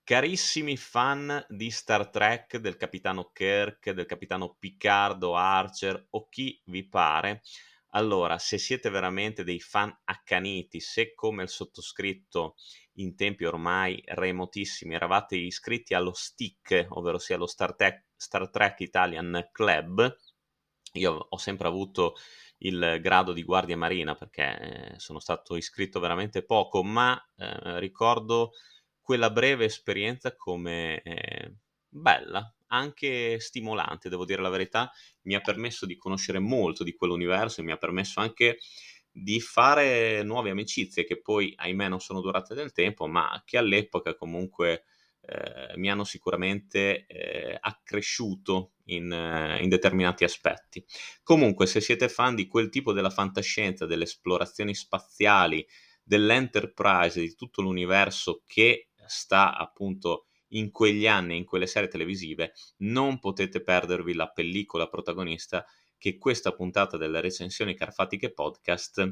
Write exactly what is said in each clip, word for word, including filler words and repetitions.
Carissimi fan di Star Trek, del capitano Kirk, del capitano Picard o Archer o chi vi pare, allora se siete veramente dei fan accaniti, se come il sottoscritto in tempi ormai remotissimi eravate iscritti allo S T I C, ovverosia lo Star Trek Star Trek Italian Club, io ho sempre avuto il grado di guardia marina perché, ehm, sono stato iscritto veramente poco, ma, ehm, ricordo quella breve esperienza come, ehm, bella, anche stimolante, devo dire la verità. Mi ha permesso di conoscere molto di quell'universo e mi ha permesso anche di fare nuove amicizie che poi, ahimè, non sono durate nel tempo, ma che all'epoca comunque, ehm, mi hanno sicuramente, ehm, accresciuto in eh, in determinati aspetti. Comunque, se siete fan di quel tipo della fantascienza, delle esplorazioni spaziali, dell'Enterprise, di tutto l'universo che sta appunto in quegli anni, in quelle serie televisive, non potete perdervi la pellicola protagonista che questa puntata delle recensioni carfatiche podcast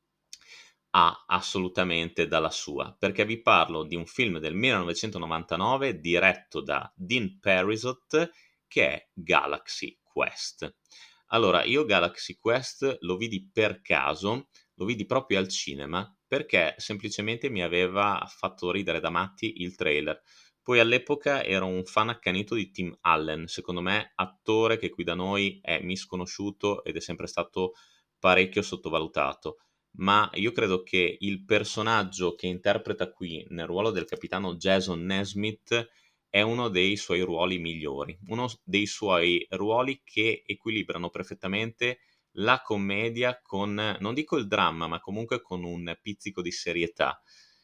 ha assolutamente dalla sua, perché vi parlo di un film del millenovecentonovantanove diretto da Dean Parisot che è Galaxy Quest. Allora, io Galaxy Quest lo vidi per caso, lo vidi proprio al cinema perché semplicemente mi aveva fatto ridere da matti il trailer. Poi all'epoca ero un fan accanito di Tim Allen, secondo me attore che qui da noi è misconosciuto ed è sempre stato parecchio sottovalutato, ma io credo che il personaggio che interpreta qui nel ruolo del capitano Jason Nesmith è uno dei suoi ruoli migliori, uno s dei suoi ruoli che equilibrano perfettamente la commedia con, non dico il dramma, ma comunque con un pizzico di serietà.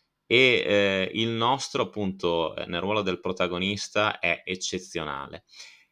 E, ehm, il nostro appunto, ehm, nel ruolo del protagonista è eccezionale.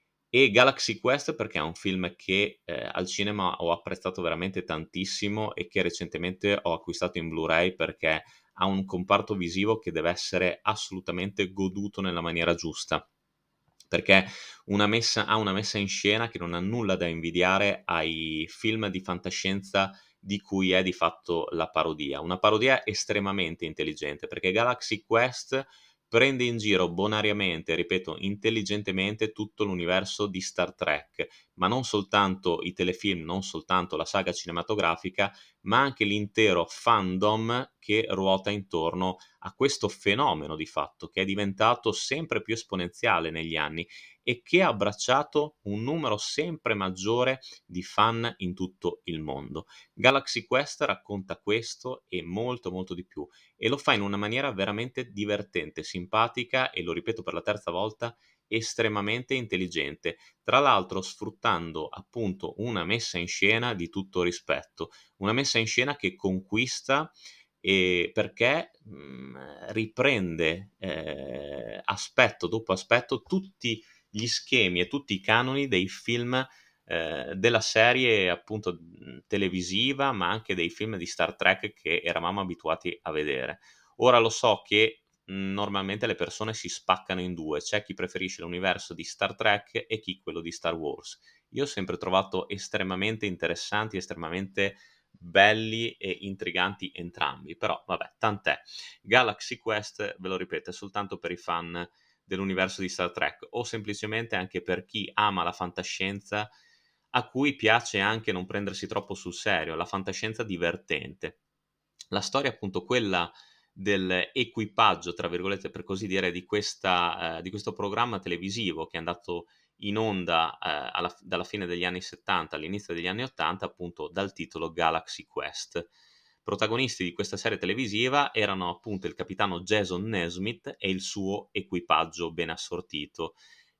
E Galaxy Quest perché è un film che, ehm, al cinema ho apprezzato veramente tantissimo e che recentemente ho acquistato in Blu-ray perché ha un comparto visivo che deve essere assolutamente goduto nella maniera giusta, perché una messa ha una messa in scena che non ha nulla da invidiare ai film di fantascienza di cui è di fatto la parodia. Una parodia estremamente intelligente, perché Galaxy Quest prende in giro bonariamente, ripeto, intelligentemente tutto l'universo di Star Trek, ma non soltanto i telefilm, non soltanto la saga cinematografica, ma anche l'intero fandom che ruota intorno a questo fenomeno di fatto, che è diventato sempre più esponenziale negli anni e che ha abbracciato un numero sempre maggiore di fan in tutto il mondo. Galaxy Quest racconta questo e molto, molto di più e lo fa in una maniera veramente divertente, simpatica e, lo ripeto per la terza volta, estremamente intelligente, tra l'altro sfruttando appunto una messa in scena di tutto rispetto, una messa in scena che conquista, ehm, perché, mhmm, riprende, ehm, aspetto dopo aspetto tutti gli schemi e tutti i canoni dei film, ehm, della serie appunto, mhmm, televisiva, ma anche dei film di Star Trek che eravamo abituati a vedere. Ora lo so che, mhmm, normalmente le persone si spaccano in due, c'è chi preferisce l'universo di Star Trek e chi quello di Star Wars. Io ho sempre trovato estremamente interessanti, estremamente belli e intriganti entrambi, però vabbè, tant'è. Galaxy Quest, ve lo ripeto, è soltanto per i fan dell'universo di Star Trek o semplicemente anche per chi ama la fantascienza, a cui piace anche non prendersi troppo sul serio, la fantascienza divertente. La storia è appunto quella dell'equipaggio, tra virgolette, per così dire, di questa ehm, di questo programma televisivo che è andato in onda, ehm, alla f dalla fine degli anni 'settanta all'inizio degli anni 'ottanta, appunto dal titolo Galaxy Quest. Protagonisti di questa serie televisiva erano appunto il capitano Jason Nesmith e il suo equipaggio ben assortito,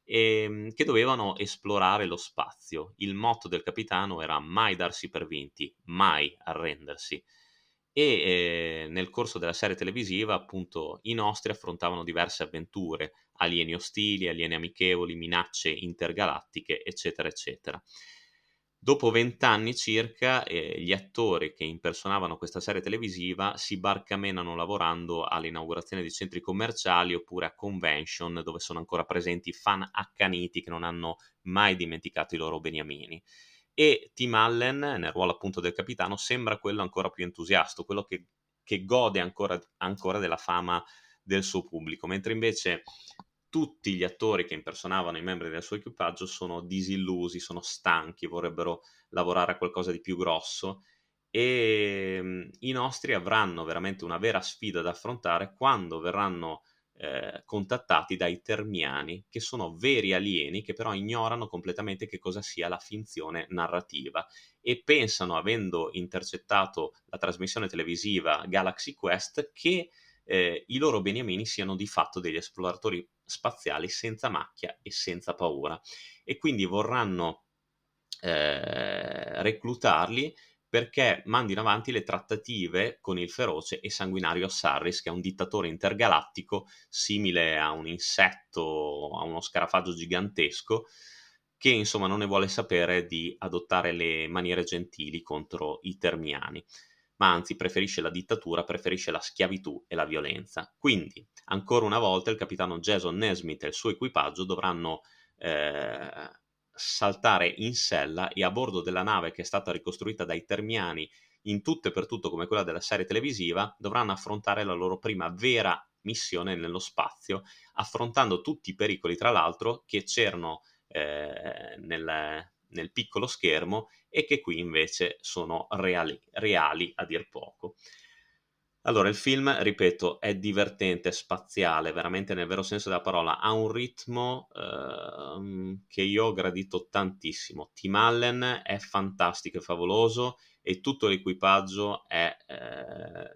ehm, che dovevano esplorare lo spazio. Il motto del capitano era: "Mai darsi per vinti, mai arrendersi". E, ehm, nel corso della serie televisiva, appunto, i nostri affrontavano diverse avventure, alieni ostili, alieni amichevoli, minacce intergalattiche, eccetera, eccetera. Dopo venti anni circa, ehm, gli attori che impersonavano questa serie televisiva si barcamenano lavorando all'inaugurazione di centri commerciali oppure a convention dove sono ancora presenti fan accaniti che non hanno mai dimenticato i loro beniamini. E Tim Allen, nel ruolo appunto del capitano, sembra quello ancora più entusiasto, quello che che gode ancora ancora della fama del suo pubblico, mentre invece tutti gli attori che impersonavano i membri del suo equipaggio sono disillusi, sono stanchi, vorrebbero lavorare a qualcosa di più grosso, e mm, i nostri avranno veramente una vera sfida da affrontare quando verranno eh, contattati dai termiani, che sono veri alieni che però ignorano completamente che cosa sia la finzione narrativa e pensano, avendo intercettato la trasmissione televisiva Galaxy Quest, che eh, i loro beniamini siano di fatto degli esploratori spaziali senza macchia e senza paura, e quindi vorranno eh, reclutarli perché mandino avanti le trattative con il feroce e sanguinario Sarris, che è un dittatore intergalattico simile a un insetto, a uno scarafaggio gigantesco, che insomma non ne vuole sapere di adottare le maniere gentili contro i termiani, ma anzi preferisce la dittatura, preferisce la schiavitù e la violenza. Quindi, ancora una volta, il capitano Jason Nesmith e il suo equipaggio dovranno eh, saltare in sella e a bordo della nave, che è stata ricostruita dai termiani in tutto e per tutto come quella della serie televisiva, dovranno affrontare la loro prima vera missione nello spazio, affrontando tutti i pericoli, tra l'altro, che c'erano eh, nel, nel piccolo schermo e che qui invece sono reali, reali a dir poco. Allora, il film, ripeto, è divertente, spaziale, veramente nel vero senso della parola, ha un ritmo ehm, che io ho gradito tantissimo. Tim Allen è fantastico e favoloso e tutto l'equipaggio è eh,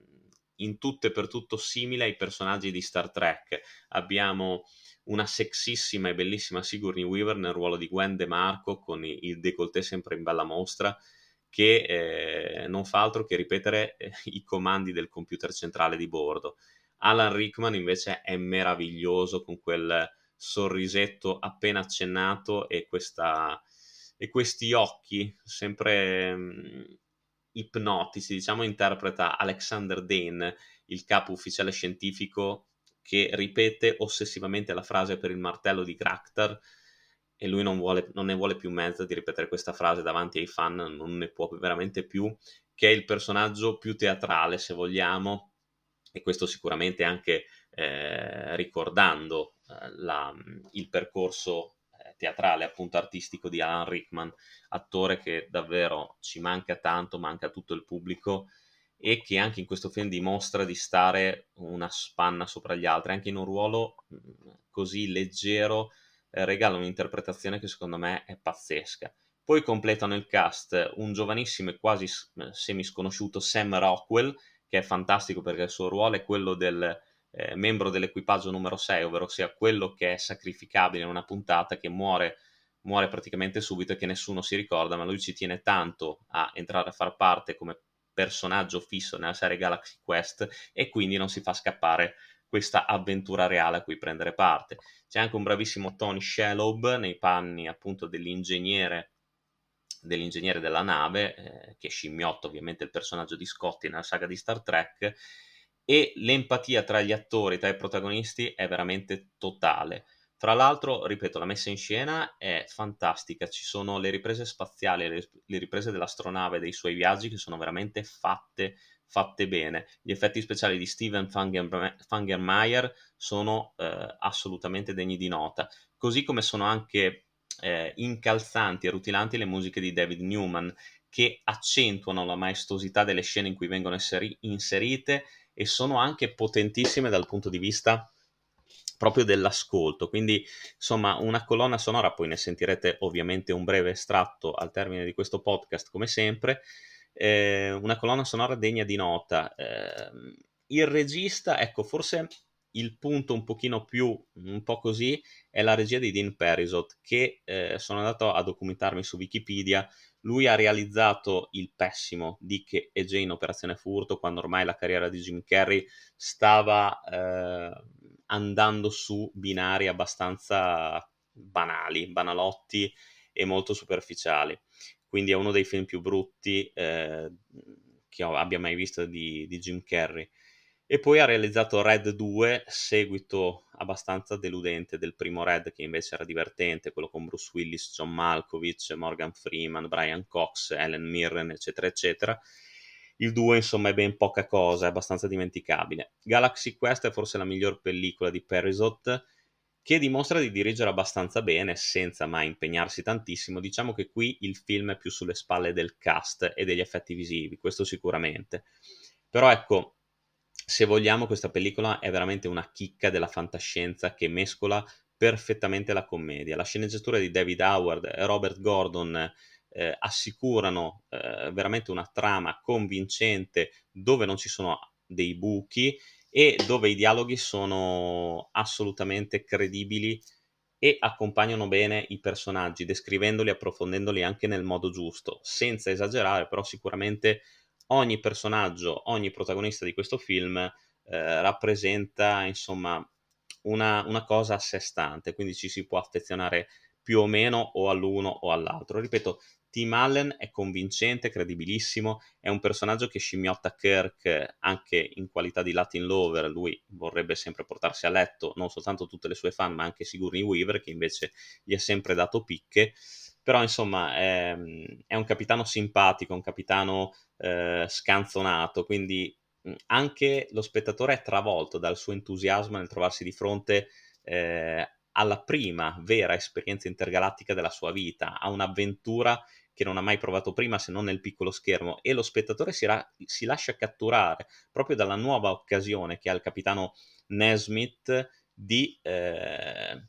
in tutto e per tutto simile ai personaggi di Star Trek. Abbiamo una sexissima e bellissima Sigourney Weaver nel ruolo di Gwen De Marco, con il décolleté sempre in bella mostra, che eh, non fa altro che ripetere eh, i comandi del computer centrale di bordo. Alan Rickman invece è meraviglioso, con quel sorrisetto appena accennato e, questa, e questi occhi sempre mh, ipnotici, diciamo. Interpreta Alexander Dane, il capo ufficiale scientifico, che ripete ossessivamente la frase per il martello di Cractar, e lui non, vuole, non ne vuole più mezza di ripetere questa frase davanti ai fan, non ne può veramente più, che è il personaggio più teatrale, se vogliamo, e questo sicuramente anche eh, ricordando eh, la, il percorso eh, teatrale, appunto artistico, di Alan Rickman, attore che davvero ci manca tanto, manca tutto il pubblico, e che anche in questo film dimostra di stare una spanna sopra gli altri, anche in un ruolo mh, così leggero, eh, regala un'interpretazione che secondo me è pazzesca. Poi completano il cast un giovanissimo e quasi semi sconosciuto Sam Rockwell, che è fantastico perché il suo ruolo è quello del eh, membro dell'equipaggio numero sei, ovvero sia quello che è sacrificabile in una puntata, che muore, muore praticamente subito e che nessuno si ricorda, ma lui ci tiene tanto a entrare a far parte come personaggio fisso nella serie Galaxy Quest, e quindi non si fa scappare questa avventura reale a cui prendere parte. C'è anche un bravissimo Tony Shalhoub nei panni appunto dell'ingegnere dell'ingegnere della nave, eh, che scimmiotta ovviamente il personaggio di Scotty nella saga di Star Trek, e l'empatia tra gli attori, tra i protagonisti, è veramente totale. Fra l'altro, ripeto, la messa in scena è fantastica, ci sono le riprese spaziali, le, le riprese dell'astronave, dei suoi viaggi, che sono veramente fatte, fatte bene. Gli effetti speciali di Steven Fungermeyer sono eh, assolutamente degni di nota, così come sono anche eh, incalzanti e rutilanti le musiche di David Newman, che accentuano la maestosità delle scene in cui vengono esseri- inserite, e sono anche potentissime dal punto di vista proprio dell'ascolto. Quindi insomma una colonna sonora, poi ne sentirete ovviamente un breve estratto al termine di questo podcast come sempre, eh, una colonna sonora degna di nota. Eh, il regista, ecco, forse il punto un pochino più, un po' così, è la regia di Dean Parisot, che eh, sono andato a documentarmi su Wikipedia. Lui ha realizzato il pessimo Dick e Jane Operazione Furto, quando ormai la carriera di Jim Carrey stava eh, andando su binari abbastanza banali, banalotti e molto superficiali. Quindi è uno dei film più brutti eh, che abbia mai visto di, di Jim Carrey. E poi ha realizzato Red due, seguito abbastanza deludente del primo Red, che invece era divertente, quello con Bruce Willis, John Malkovich, Morgan Freeman, Brian Cox, Helen Mirren, eccetera, eccetera. il due insomma è ben poca cosa, è abbastanza dimenticabile. Galaxy Quest è forse la miglior pellicola di Parisot, che dimostra di dirigere abbastanza bene senza mai impegnarsi tantissimo. Diciamo che qui il film è più sulle spalle del cast e degli effetti visivi, questo sicuramente. Però ecco, se vogliamo, questa pellicola è veramente una chicca della fantascienza che mescola perfettamente la commedia. La sceneggiatura di David Howard e Robert Gordon eh, assicurano eh, veramente una trama convincente dove non ci sono dei buchi e dove i dialoghi sono assolutamente credibili e accompagnano bene i personaggi, descrivendoli e approfondendoli anche nel modo giusto, senza esagerare, però sicuramente ogni personaggio, ogni protagonista di questo film eh, rappresenta insomma una, una cosa a sé stante, quindi ci si può affezionare più o meno o all'uno o all'altro. Ripeto, Tim Allen è convincente, credibilissimo, è un personaggio che scimmiotta Kirk anche in qualità di Latin lover, lui vorrebbe sempre portarsi a letto non soltanto tutte le sue fan ma anche Sigourney Weaver che invece gli ha sempre dato picche, però insomma è, è un capitano simpatico, un capitano eh, scanzonato, quindi mh, anche lo spettatore è travolto dal suo entusiasmo nel trovarsi di fronte eh, alla prima vera esperienza intergalattica della sua vita, a un'avventura che non ha mai provato prima se non nel piccolo schermo e lo spettatore si, ra- si lascia catturare proprio dalla nuova occasione che ha il capitano Nesmith di, eh,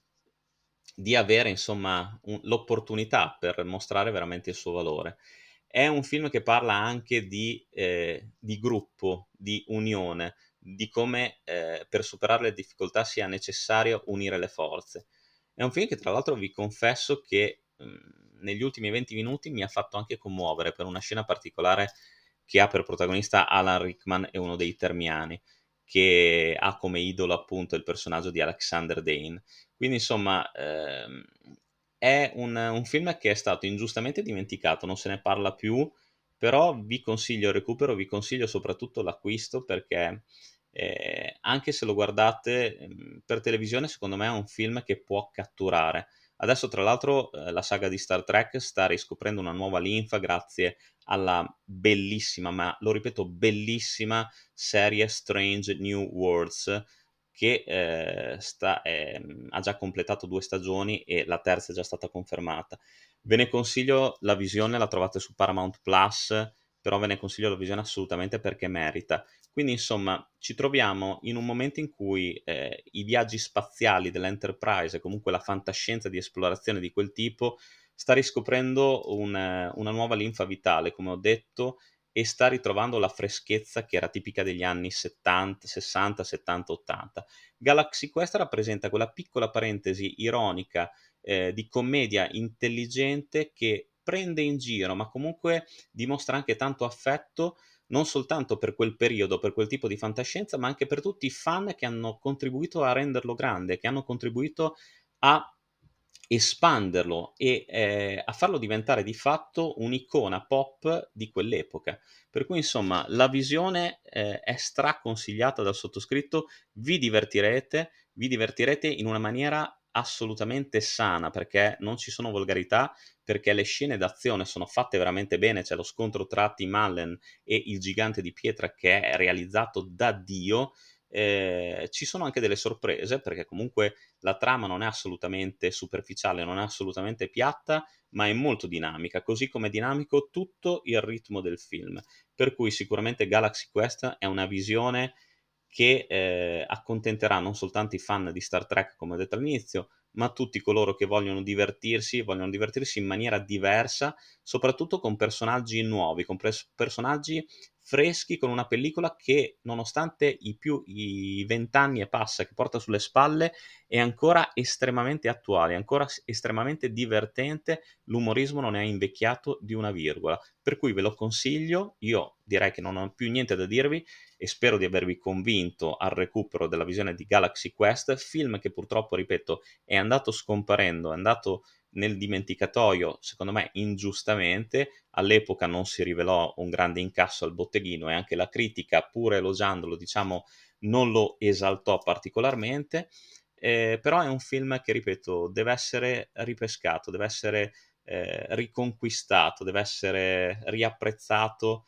di avere insomma un- l'opportunità per mostrare veramente il suo valore. È un film che parla anche di, eh, di gruppo, di unione, di come eh, per superare le difficoltà sia necessario unire le forze. È un film che tra l'altro vi confesso che mh, negli ultimi venti minuti mi ha fatto anche commuovere per una scena particolare che ha per protagonista Alan Rickman e uno dei Termiani, che ha come idolo appunto il personaggio di Alexander Dane. Quindi insomma ehm, è un, un film che è stato ingiustamente dimenticato, non se ne parla più, però vi consiglio il recupero, vi consiglio soprattutto l'acquisto perché eh, anche se lo guardate ehm, per televisione, secondo me è un film che può catturare. Adesso, tra l'altro, eh, la saga di Star Trek sta riscoprendo una nuova linfa grazie alla bellissima, ma lo ripeto, bellissima serie Strange New Worlds che eh, sta, ehm, ha già completato due stagioni e la terza è già stata confermata. Ve ne consiglio la visione, la trovate su Paramount Plus, però ve ne consiglio la visione assolutamente perché merita. Quindi, insomma, ci troviamo in un momento in cui eh, i viaggi spaziali dell'Enterprise e comunque la fantascienza di esplorazione di quel tipo sta riscoprendo un, eh, una nuova linfa vitale, come ho detto, e sta ritrovando la freschezza che era tipica degli anni settanta, sessanta, settanta, ottanta. Galaxy Quest rappresenta quella piccola parentesi ironica eh, di commedia intelligente che prende in giro, ma comunque dimostra anche tanto affetto non soltanto per quel periodo, per quel tipo di fantascienza, ma anche per tutti i fan che hanno contribuito a renderlo grande, che hanno contribuito a espanderlo e eh, a farlo diventare di fatto un'icona pop di quell'epoca. Per cui, insomma, la visione eh, è straconsigliata dal sottoscritto, vi divertirete, vi divertirete in una maniera assolutamente sana perché non ci sono volgarità, perché le scene d'azione sono fatte veramente bene, c'è lo scontro tra Tim Allen e il gigante di pietra che è realizzato da Dio. Eh, ci sono anche delle sorprese perché comunque la trama non è assolutamente superficiale, non è assolutamente piatta, ma è molto dinamica, così come è dinamico tutto il ritmo del film. Per cui sicuramente Galaxy Quest è una visione che eh, accontenterà non soltanto i fan di Star Trek, come ho detto all'inizio, ma tutti coloro che vogliono divertirsi, vogliono divertirsi in maniera diversa, soprattutto con personaggi nuovi, con pres- personaggi freschi, con una pellicola che, nonostante i più i vent'anni e passa che porta sulle spalle, è ancora estremamente attuale, è ancora s- estremamente divertente, l'umorismo non è invecchiato di una virgola, per cui ve lo consiglio, io direi che non ho più niente da dirvi e spero di avervi convinto al recupero della visione di Galaxy Quest, film che purtroppo, ripeto, è andato scomparendo, è andato nel dimenticatoio, secondo me ingiustamente, all'epoca non si rivelò un grande incasso al botteghino e anche la critica, pur elogiandolo, diciamo, non lo esaltò particolarmente, eh, però è un film che, ripeto, deve essere ripescato, deve essere eh, riconquistato, deve essere riapprezzato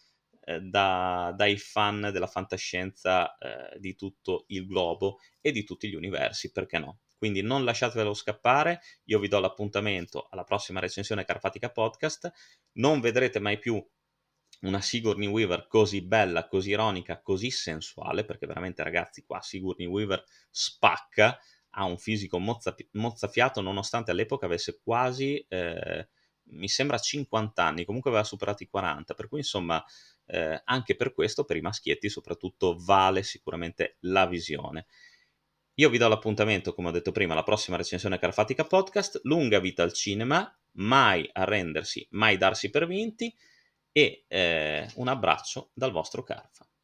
eh, da- dai fan della fantascienza eh, di tutto il globo e di tutti gli universi, perché no? Quindi non lasciatevelo scappare, io vi do l'appuntamento alla prossima recensione Carpatica Podcast, non vedrete mai più una Sigourney Weaver così bella, così ironica, così sensuale, perché veramente ragazzi qua Sigourney Weaver spacca, ha un fisico mozzapi- mozzafiato nonostante all'epoca avesse quasi, eh, mi sembra cinquanta anni, comunque aveva superato i quaranta, per cui insomma eh, anche per questo per i maschietti soprattutto vale sicuramente la visione. Io vi do l'appuntamento, come ho detto prima, alla prossima recensione Carfatica Podcast, lunga vita al cinema, mai arrendersi, mai darsi per vinti, e eh, un abbraccio dal vostro Carfa.